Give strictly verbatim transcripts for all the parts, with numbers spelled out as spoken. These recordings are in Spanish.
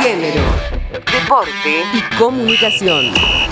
género, deporte y comunicación.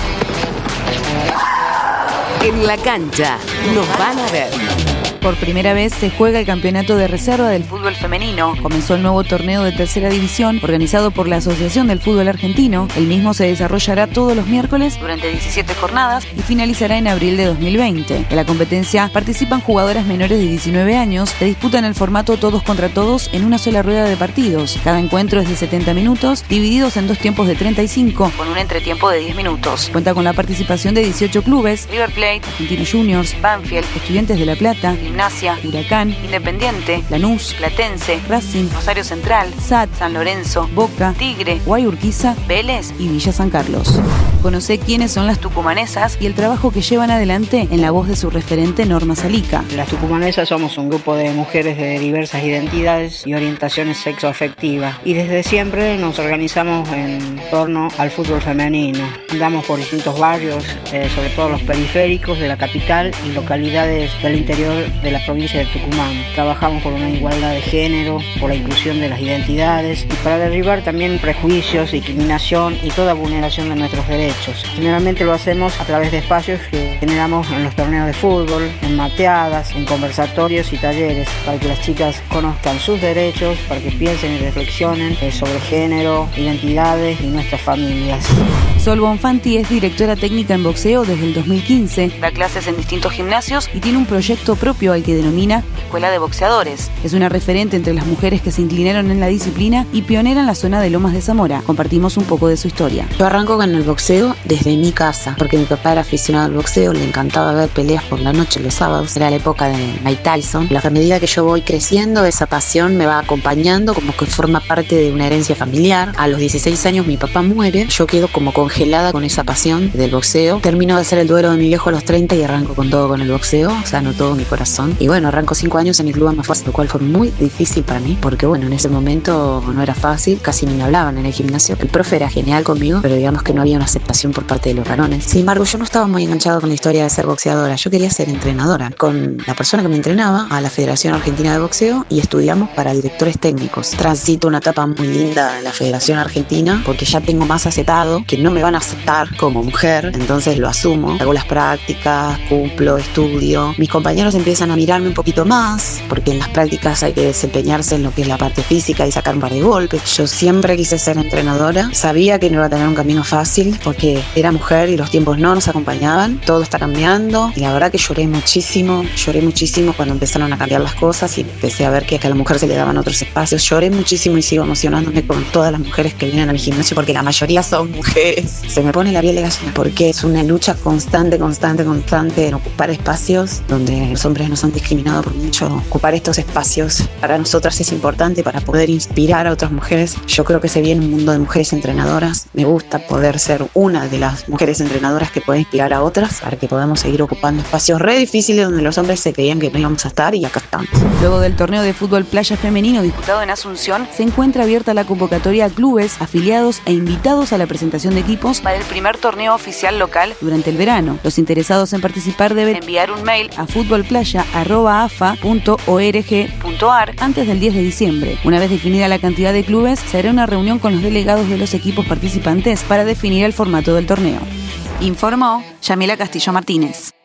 En la cancha nos van a ver. Por primera vez se juega el campeonato de reserva del fútbol femenino. Comenzó el nuevo torneo de tercera división organizado por la Asociación del Fútbol Argentino. El mismo se desarrollará todos los miércoles durante diecisiete jornadas y finalizará en abril de dos mil veinte. En la competencia participan jugadoras menores de diecinueve años que disputan el formato todos contra todos en una sola rueda de partidos. Cada encuentro es de setenta minutos, divididos en dos tiempos de treinta y cinco, con un entretiempo de diez minutos. Cuenta con la participación de dieciocho clubes: River Plate, Argentinos Juniors, Banfield, Estudiantes de La Plata, Gimnasia, Huracán, Independiente, Lanús, Platense, Racing, Rosario Central, S A T, San Lorenzo, Boca, Tigre, Guayurquiza, Vélez y Villa San Carlos. Conoce quiénes son las tucumanesas y el trabajo que llevan adelante en la voz de su referente Norma Salica. Las tucumanesas somos un grupo de mujeres de diversas identidades y orientaciones sexoafectivas y desde siempre nos organizamos en torno al fútbol femenino. Andamos por distintos barrios, eh, sobre todo los periféricos de la capital y localidades del interior de la provincia de Tucumán. Trabajamos por una igualdad de género, por la inclusión de las identidades y para derribar también prejuicios, discriminación y toda vulneración de nuestros derechos. Generalmente lo hacemos a través de espacios que generamos en los torneos de fútbol, en mateadas, en conversatorios y talleres, para que las chicas conozcan sus derechos, para que piensen y reflexionen sobre género, identidades y nuestras familias. Sol Bonfanti es directora técnica en boxeo desde el dos mil quince, da clases en distintos gimnasios y tiene un proyecto propio al que denomina Escuela de Boxeadores. Es una referente entre las mujeres que se inclinaron en la disciplina y pionera en la zona de Lomas de Zamora. Compartimos un poco de su historia. Yo arranco con el boxeo desde mi casa, porque mi papá era aficionado al boxeo, le encantaba ver peleas por la noche los sábados, era la época de Mike Tyson. A medida que yo voy creciendo, esa pasión me va acompañando, como que forma parte de una herencia familiar. A los dieciséis años mi papá muere, yo quedo como congelada con esa pasión del boxeo. Termino de hacer el duelo de mi viejo a los treinta y arranco con todo con el boxeo, sano todo mi corazón. Y bueno, arranco cinco años en el club Amafuerza, lo cual fue muy difícil para mí, porque bueno, en ese momento no era fácil, casi ni me hablaban en el gimnasio. El profe era genial conmigo, pero digamos que no había una aceptación por parte de los varones. Sin embargo, yo no estaba muy enganchado con la historia de ser boxeadora, yo quería ser entrenadora. Con la persona que me entrenaba, a la Federación Argentina de Boxeo, y estudiamos para directores técnicos. Transito una etapa muy linda en la Federación Argentina, porque ya tengo más aceptado que no me van a aceptar como mujer, entonces lo asumo, hago las prácticas, cumplo, estudio. Mis compañeros empiezan a mirarme un poquito más, porque en las prácticas hay que desempeñarse en lo que es la parte física y sacar un par de golpes. Yo siempre quise ser entrenadora, sabía que no iba a tener un camino fácil, porque era mujer y los tiempos no nos acompañaban, todo está cambiando, y la verdad que lloré muchísimo, lloré muchísimo cuando empezaron a cambiar las cosas y empecé a ver que a la mujer se le daban otros espacios. Lloré muchísimo y sigo emocionándome con todas las mujeres que vienen al gimnasio, porque la mayoría son mujeres. Se me pone la piel de gallina, porque es una lucha constante, constante, constante en ocupar espacios donde los hombres no son discriminados por mucho. Ocupar estos espacios para nosotras es importante para poder inspirar a otras mujeres. Yo creo que se viene un mundo de mujeres entrenadoras. Me gusta poder ser una de las mujeres entrenadoras que puede inspirar a otras para que podamos seguir ocupando espacios re difíciles donde los hombres se creían que no íbamos a estar, y acá estamos. Luego del torneo de fútbol playa femenino disputado en Asunción, se encuentra abierta la convocatoria a clubes, afiliados e invitados a la presentación de equipos para el primer torneo oficial local durante el verano. Los interesados en participar deben enviar un mail a futbolplaya arroba afa punto org punto ar antes del diez de diciembre. Una vez definida la cantidad de clubes, se hará una reunión con los delegados de los equipos participantes para definir el formato del torneo. Informó Yamila Castillo Martínez.